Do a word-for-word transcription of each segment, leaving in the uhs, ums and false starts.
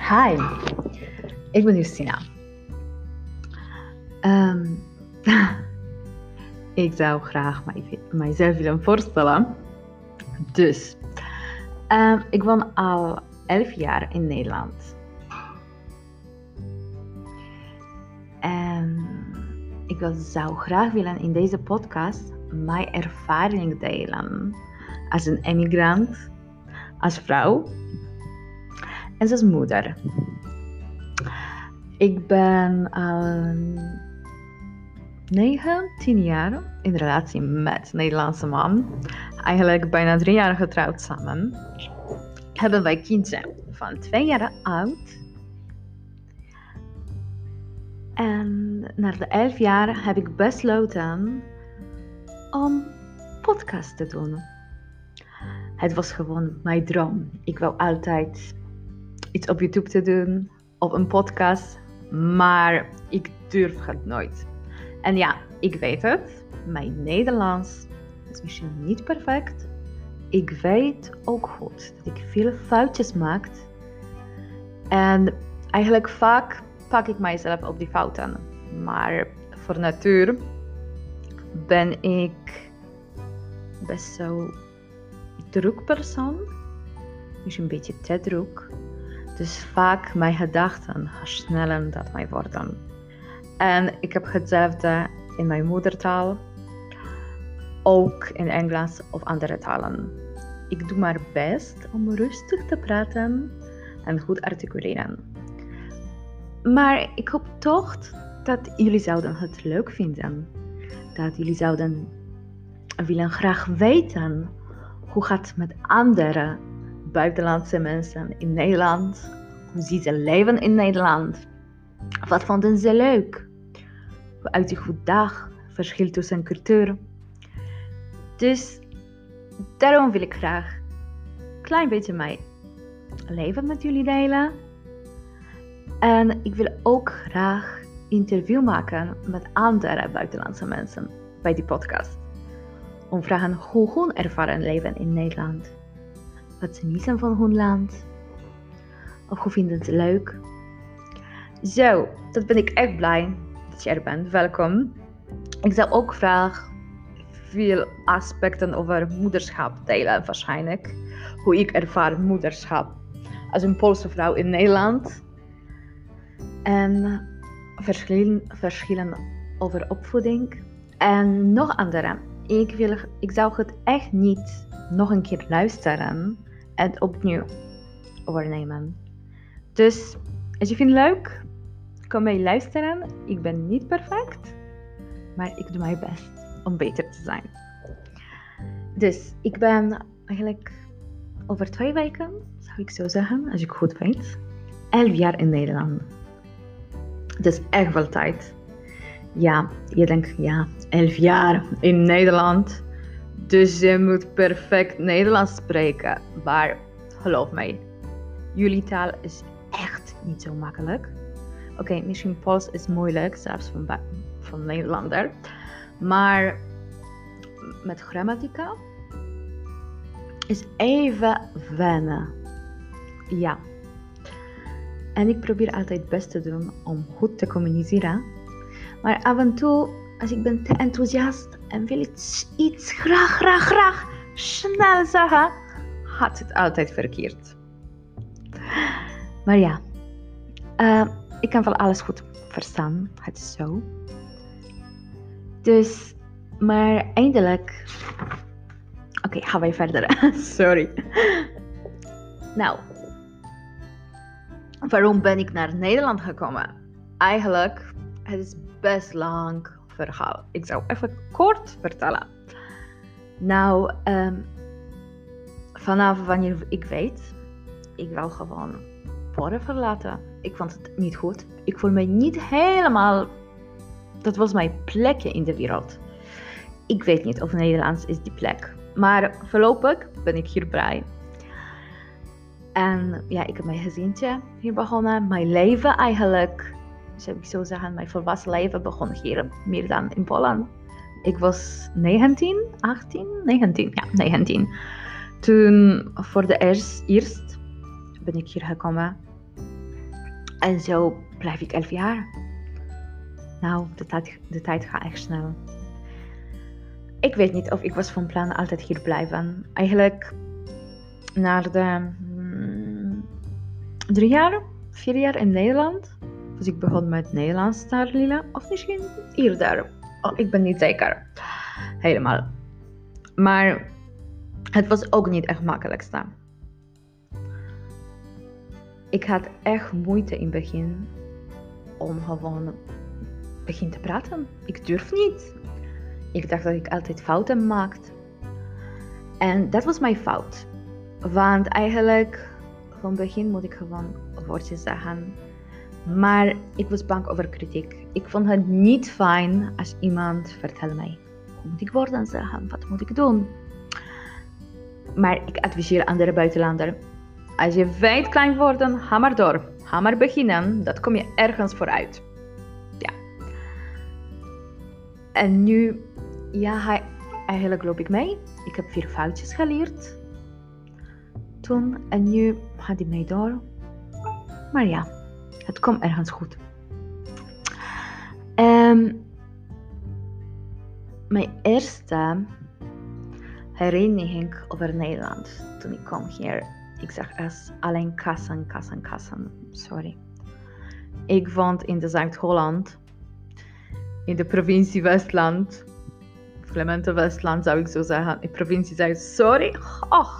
Hi, ik ben Justina. Um, ik zou graag mij, mijzelf willen voorstellen. Dus, um, ik woon al elf jaar in Nederland. En ik zou graag willen in deze podcast mijn ervaring delen als een emigrant, als vrouw en als moeder. Ik ben al negentien jaar in relatie met een Nederlandse man. Eigenlijk bijna drie jaar getrouwd samen. Hebben wij kinderen van twee jaar oud. En na de elf jaar heb ik besloten om podcast te doen. Het was gewoon mijn droom. Ik wou altijd iets op YouTube te doen of een podcast, maar ik durf het nooit. En ja, ik weet het. Mijn Nederlands is misschien niet perfect. Ik weet ook goed dat ik veel foutjes maak. En eigenlijk vaak pak ik mijzelf op die fouten. Maar voor natuur ben ik best zo druk persoon. Misschien een beetje te druk. Dus vaak mijn gedachten versnellen dat mijn woorden. En ik heb hetzelfde in mijn moedertaal. Ook in Engels of andere talen. Ik doe mijn best om rustig te praten en goed articuleren. Maar ik hoop toch dat jullie zouden het leuk vinden. Dat jullie zouden willen graag weten hoe gaat het met andere buitenlandse mensen in Nederland. Hoe zien ze leven in Nederland? Wat vonden ze leuk? Hoe uitziet goed dag? Verschil tussen culturen. Dus daarom wil ik graag een klein beetje mijn leven met jullie delen. En ik wil ook graag interview maken met andere buitenlandse mensen bij die podcast. Om te vragen hoe hun ervaren leven in Nederland. Wat ze missen van hun land. Of hoe vinden ze leuk. Zo, dat ben ik echt blij dat je er bent. Welkom. Ik zou ook graag veel aspecten over moederschap delen waarschijnlijk. Hoe ik ervaar moederschap als een Poolse vrouw in Nederland. En verschillen, verschillen over opvoeding. En nog andere. Ik, wil, ik zou het echt niet nog een keer luisteren en opnieuw overnemen. Dus als je vindt het leuk, kom mee luisteren. Ik ben niet perfect, maar ik doe mijn best om beter te zijn. Dus ik ben eigenlijk over twee weken, zou ik zo zeggen, als ik goed weet, elf jaar in Nederland. Dat is echt wel tijd. Ja, je denkt, ja, elf jaar in Nederland. Dus je moet perfect Nederlands spreken. Maar geloof mij, jullie taal is echt niet zo makkelijk. Oké, okay, misschien Pools is moeilijk, zelfs van, van Nederlander. Maar met grammatica is even wennen. Ja. En ik probeer altijd het best te doen om goed te communiceren. Maar af en toe, als ik ben te enthousiast en wil iets, iets graag, graag, graag snel zeggen, gaat het altijd verkeerd. Maar ja, uh, ik kan wel alles goed verstaan. Het is zo. Dus, maar eindelijk... Oké, okay, gaan wij verder. Sorry. Nou, waarom ben ik naar Nederland gekomen? Eigenlijk, het is best lang verhaal. Ik zou even kort vertellen. Nou, um, vanaf wanneer ik weet, ik wou gewoon Polen verlaten. Ik vond het niet goed. Ik voel me niet helemaal... Dat was mijn plekje in de wereld. Ik weet niet of Nederlands is die plek. Maar voorlopig ben ik hier blij. En ja, ik heb mijn gezintje hier begonnen. Mijn leven eigenlijk, zou ik zo zeggen, mijn volwassen leven begon hier meer dan in Polen. Ik was negentien, achttien, negentien, ja, negentien. Toen voor de eerst, eerst ben ik hier gekomen. En zo blijf ik elf jaar. Nou, de tijd, de tijd gaat echt snel. Ik weet niet of ik was van plan altijd hier blijven. Eigenlijk na de hmm, drie jaar, vier jaar in Nederland. Dus ik begon met Nederlands te leren. Of misschien eerder. Oh, ik ben niet zeker. Helemaal. Maar het was ook niet echt makkelijkste. Ik had echt moeite in het begin om gewoon begin te praten. Ik durf niet. Ik dacht dat ik altijd fouten maakte. En dat was mijn fout. Want eigenlijk van het begin moet ik gewoon woordjes zeggen. Maar ik was bang over kritiek. Ik vond het niet fijn als iemand vertelde mij. Hoe moet ik woorden zeggen? Wat moet ik doen? Maar ik adviseer andere buitenlanders. Als je weet klein worden, ga maar door. Ga maar beginnen. Dat kom je ergens vooruit. Ja. En nu, ja, eigenlijk loop ik mee. Ik heb vier foutjes geleerd. Toen en nu gaat hij mee door. Maar ja, het komt ergens goed. Um, mijn eerste herinnering over Nederland toen ik kwam hier. Ik zag eens alleen kassen, kassen, kassen. Sorry. Ik woon in de Zuid-Holland. In de provincie Westland. Clemente Westland zou ik zo zeggen. In provincie Zuid. Sorry. Oh.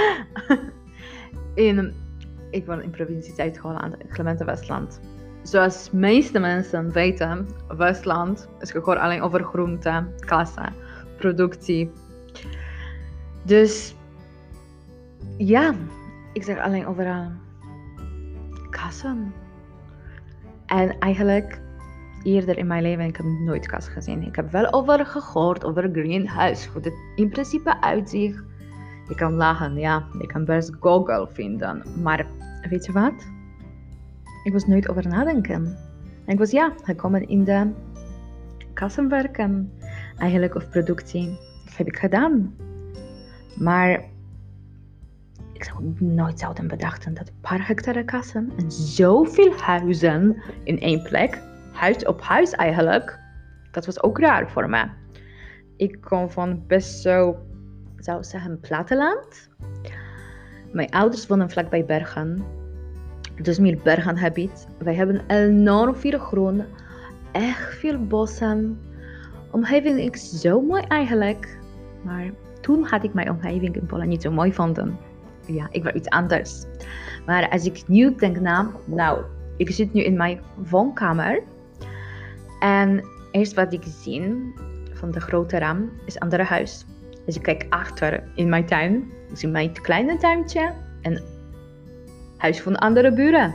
in, ik woon in provincie Zuid-Holland. Clemente Westland. Zoals de meeste mensen weten. Westland is gehoord alleen over groenten, kassen, productie. Dus ja, ik zeg alleen overal kassen. En eigenlijk eerder in mijn leven ik heb nooit kas gezien. Ik heb wel over gehoord, over greenhouse, hoe het in principe uitziet. Je kan lachen, ja, je kan best Google vinden. Maar weet je wat? Ik was nooit over nadenken. En ik was ja, gekomen in de kassen werken. Eigenlijk of productie. Dat heb ik gedaan. Maar ik zou nooit zouden bedachten dat een paar hectare kassen en zoveel huizen in één plek, huis op huis eigenlijk, dat was ook raar voor me. Ik kom van best zo, zou ik zeggen, platteland. Mijn ouders wonen vlakbij Bergen, dus meer bergengebied. Wij hebben enorm veel groen, echt veel bossen. Omgeving is zo mooi eigenlijk, maar toen had ik mijn omgeving in Polen niet zo mooi vonden. Ja, ik wil iets anders. Maar als ik nu denk na, nou, ik zit nu in mijn woonkamer. En eerst wat ik zie van de grote raam is een ander huis. Als ik kijk achter in mijn tuin, ik zie mijn kleine tuintje en huis van andere buren.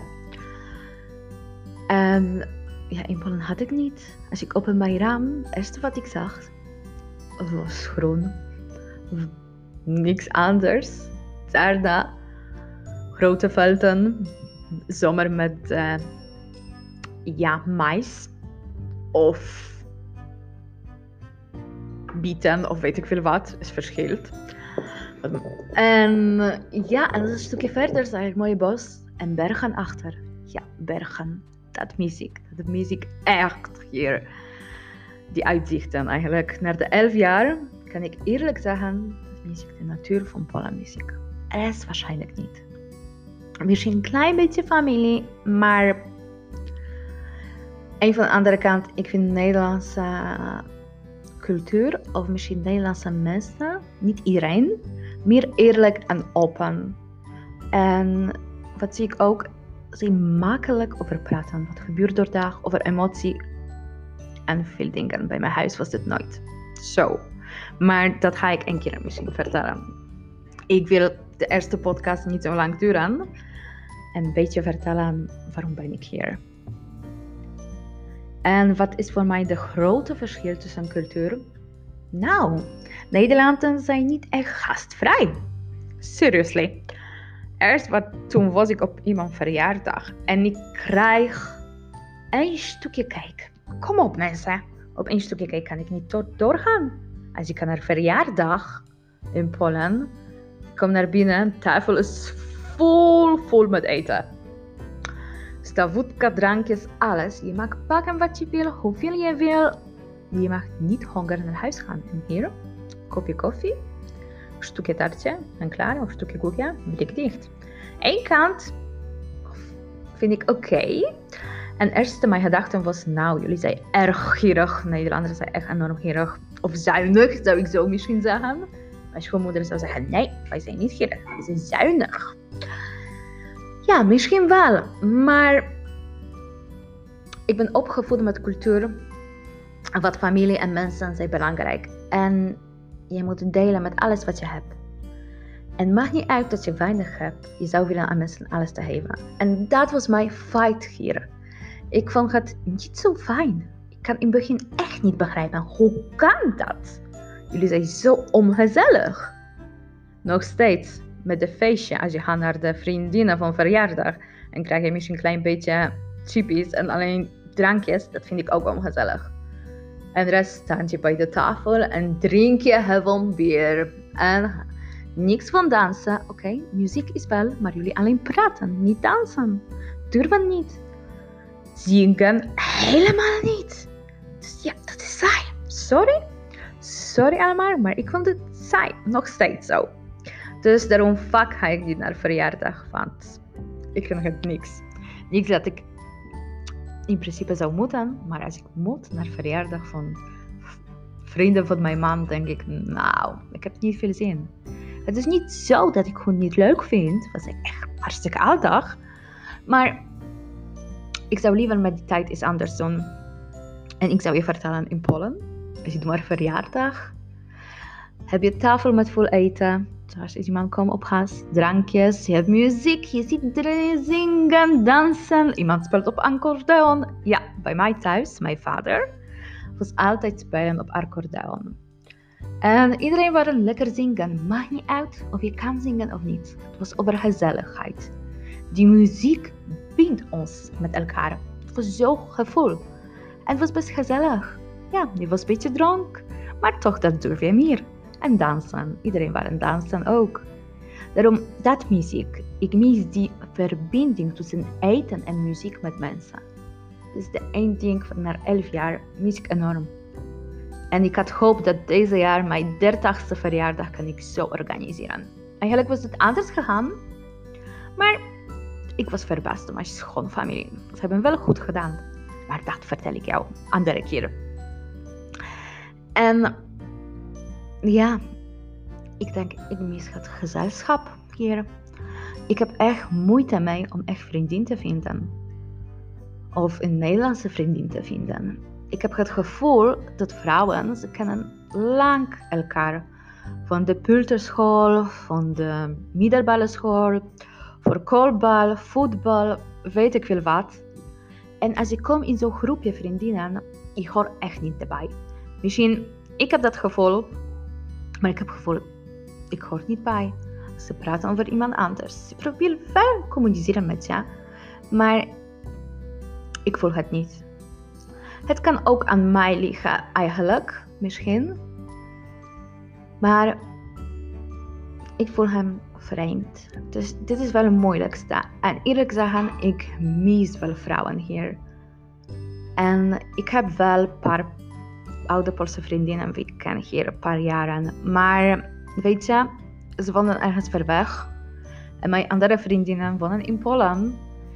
En ja, in Polen had ik niet. Als ik open mijn raam, het eerste wat ik zag, was groen. Niks anders. Daarna grote velden, zomer met uh, ja, mais of bieten of weet ik veel wat, is verschilt. En ja, en een stukje verder is eigenlijk mooie bos en bergen achter. Ja, bergen, dat mis ik, dat mis ik echt hier. Die uitzichten eigenlijk. Na de elf jaar kan ik eerlijk zeggen, dat mis ik de natuur van Polen mis ik. Het is waarschijnlijk niet. Misschien een klein beetje familie, maar een van de andere kant, ik vind Nederlandse cultuur of misschien Nederlandse mensen, niet iedereen, meer eerlijk en open. En wat zie ik ook, ze makkelijk over praten. Wat gebeurt door dag, over emotie en veel dingen. Bij mijn huis was dit nooit zo. Maar dat ga ik een keer misschien vertellen. Ik wil de eerste podcast niet zo lang duren. En een beetje vertellen waarom ben ik hier. En wat is voor mij de grote verschil tussen cultuur? Nou, Nederlanders zijn niet echt gastvrij. Seriously. Eerst wat, toen was ik op iemand verjaardag. En ik krijg een stukje cake. Kom op mensen. Op één stukje cake kan ik niet do- doorgaan. Als ik naar verjaardag in Polen kom naar binnen, tafel is vol, vol met eten. pizza, vodka, drankjes, alles. Je mag pakken wat je wil, hoeveel je wil. Je mag niet honger naar huis gaan. En hier, kopje koffie, een stukje taartje en klaar, of een stukje koekje, blik dicht. Eén kant vind ik oké. Okay. En eerst mijn gedachte was, nou, jullie zijn erg gierig. Nederlanders zijn echt enorm gierig. Of zuinig, zou ik zo misschien zeggen. Mijn schoonmoeder zou zeggen, nee, wij zijn niet gierig, wij zijn zuinig. Ja, misschien wel, maar ik ben opgevoed met cultuur. Wat familie en mensen zijn belangrijk. En je moet delen met alles wat je hebt. En het maakt niet uit dat je weinig hebt. Je zou willen aan mensen alles te geven. En dat was mijn fight hier. Ik vond het niet zo fijn. Ik kan in het begin echt niet begrijpen. Hoe kan dat? Jullie zijn zo ongezellig. Nog steeds met de feestje. Als je gaat naar de vriendinnen van verjaardag. En krijg je misschien een klein beetje chippies en alleen drankjes. Dat vind ik ook ongezellig. En de rest sta je bij de tafel en drink je gewoon bier. En niks van dansen. Oké, okay, muziek is wel, maar jullie alleen praten, niet dansen. Durven niet. Zingen helemaal niet. Dus ja, dat is saai. Sorry. Sorry allemaal, maar ik vond het saai. Nog steeds zo. Dus daarom vaak ga ik niet naar verjaardag, want ik vind het niks. Niks dat ik in principe zou moeten, maar als ik moet naar verjaardag van vrienden van mijn man, denk ik, nou, ik heb niet veel zin. Het is niet zo dat ik gewoon niet leuk vind, was ik echt hartstikke aardig, maar ik zou liever met die tijd iets anders doen. En ik zou je vertellen, in Polen, als je doet maar verjaardag, heb je tafel met veel eten. Als iemand komt op gas, drankjes, je hebt muziek, je ziet iedereen zingen, dansen. Iemand speelt op accordeon. Ja, bij mij thuis, mijn vader, was altijd spelen op accordeon. En iedereen wilde lekker zingen. Maakt niet uit of je kan zingen of niet. Het was over gezelligheid. Die muziek bindt ons met elkaar. Het was zo gevoel. En het was best gezellig. Ja, je was een beetje dronk, maar toch dat durf je meer. En dansen. Iedereen was aan dansen ook. Daarom, dat muziek. Ik mis die verbinding tussen eten en muziek met mensen. Dat is de één ding van na elf jaar mis ik enorm. En ik had hoop dat deze jaar mijn dertigste verjaardag kan ik zo organiseren. Eigenlijk was het anders gegaan. Maar ik was verbaasd door mijn schoonfamilie. Ze hebben wel goed gedaan. Maar dat vertel ik jou andere keer. En ja, ik denk, ik mis het gezelschap hier. Ik heb echt moeite mee om echt vriendin te vinden. Of een Nederlandse vriendin te vinden. Ik heb het gevoel dat vrouwen, ze kennen lang elkaar. Van de peuterschool, van de middelbare school, voor koolbal, voetbal, weet ik veel wat. En als ik kom in zo'n groepje vriendinnen, ik hoor echt niet erbij. Misschien, ik heb dat gevoel, maar ik heb het gevoel, ik hoor niet bij. Ze praten over iemand anders. Ze proberen wel communiceren met je, maar ik voel het niet. Het kan ook aan mij liggen eigenlijk, misschien. Maar ik voel hem vreemd. Dus dit is wel het moeilijkste. En eerlijk zeggen, ik mis wel vrouwen hier. En ik heb wel een paar oude Poolse vriendinnen die ik ken hier een paar jaren. Maar weet je, ze wonen ergens ver weg. En mijn andere vriendinnen wonen in Polen.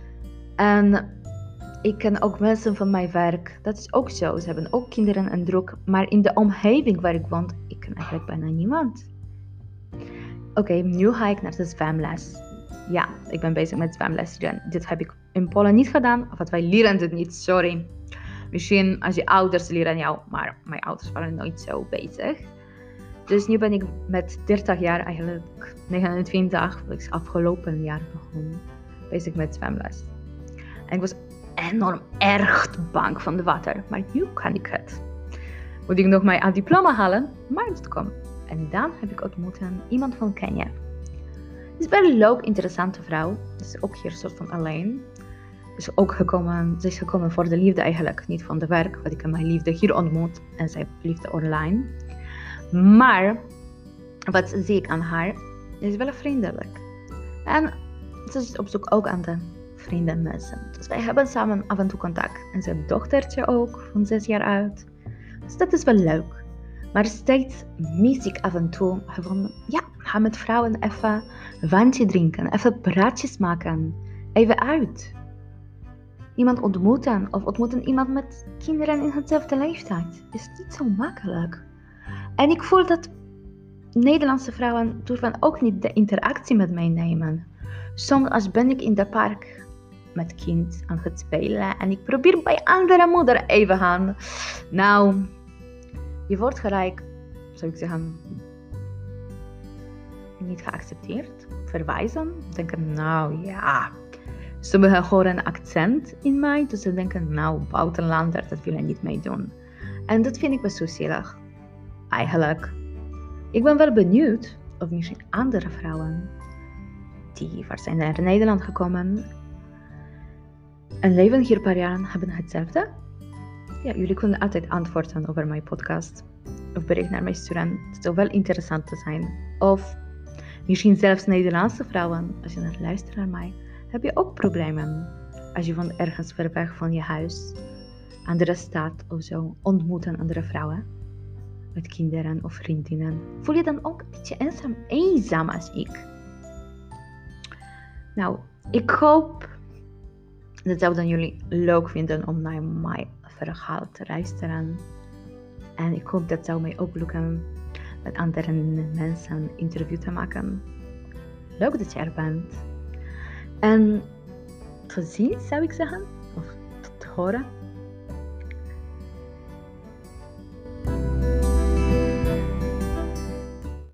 En ik ken ook mensen van mijn werk. Dat is ook zo. Ze hebben ook kinderen en druk. Maar in de omgeving waar ik woon, ik ken eigenlijk bijna niemand. Oké, okay, nu ga ik naar de zwemles. Ja, ik ben bezig met zwemles leren. Dit heb ik in Polen niet gedaan. Of wij leren het niet, sorry. Misschien als je ouders leren jou, maar mijn ouders waren nooit zo bezig. Dus nu ben ik met dertig jaar, eigenlijk negenentwintig, dat is afgelopen jaar begonnen, bezig met zwemles. En ik was enorm erg bang van het water, maar nu kan ik het. Moet ik nog mijn diploma halen, maar het komt. En dan heb ik ontmoet iemand van Kenia. Het is wel een leuk, interessante vrouw. Ze is ook hier soort van alleen. Is ook gekomen, ze is gekomen voor de liefde eigenlijk, niet van de werk. Want ik heb mijn liefde hier ontmoet en zij liefde online. Maar wat zie ik aan haar? Ze is wel vriendelijk. En ze is op zoek ook aan de vrienden en mensen. Dus wij hebben samen af en toe contact. En zijn dochtertje ook, van zes jaar oud. Dus dat is wel leuk. Maar steeds mis ik af en toe gewoon, ja, ga met vrouwen even een wijntje drinken, even praatjes maken, even uit. Iemand ontmoeten of ontmoeten iemand met kinderen in hetzelfde leeftijd is niet zo makkelijk. En ik voel dat Nederlandse vrouwen durven ook niet de interactie met mij nemen. Soms als ben ik in het park met kind aan het spelen en ik probeer bij andere moeder even aan. Nou, je wordt gelijk, zou ik zeggen, niet geaccepteerd, verwijzen. Denken, nou ja, sommigen horen een accent in mij, dus ze denken, nou, buitenlander, dat willen niet meedoen. En dat vind ik best zo zielig, eigenlijk. Ik ben wel benieuwd of misschien andere vrouwen, die waar zijn naar Nederland gekomen en leven hier een paar jaar, hebben hetzelfde. Ja, jullie kunnen altijd antwoorden over mijn podcast of bericht naar mij sturen. Het zou wel interessant te zijn. Of misschien zelfs Nederlandse vrouwen, als je naar luistert naar mij, heb je ook problemen. Als je van ergens ver weg van je huis, andere stad of zo, ontmoeten andere vrouwen met kinderen of vriendinnen. Voel je dan ook een beetje eenzaam, eenzaam als ik? Nou, ik hoop dat zouden jullie leuk vinden om naar mijn verhaal te luisteren. En ik hoop dat zou mij ook lukken met andere mensen een interview te maken. Leuk dat je er bent. En te zien, zou ik zeggen, of te horen,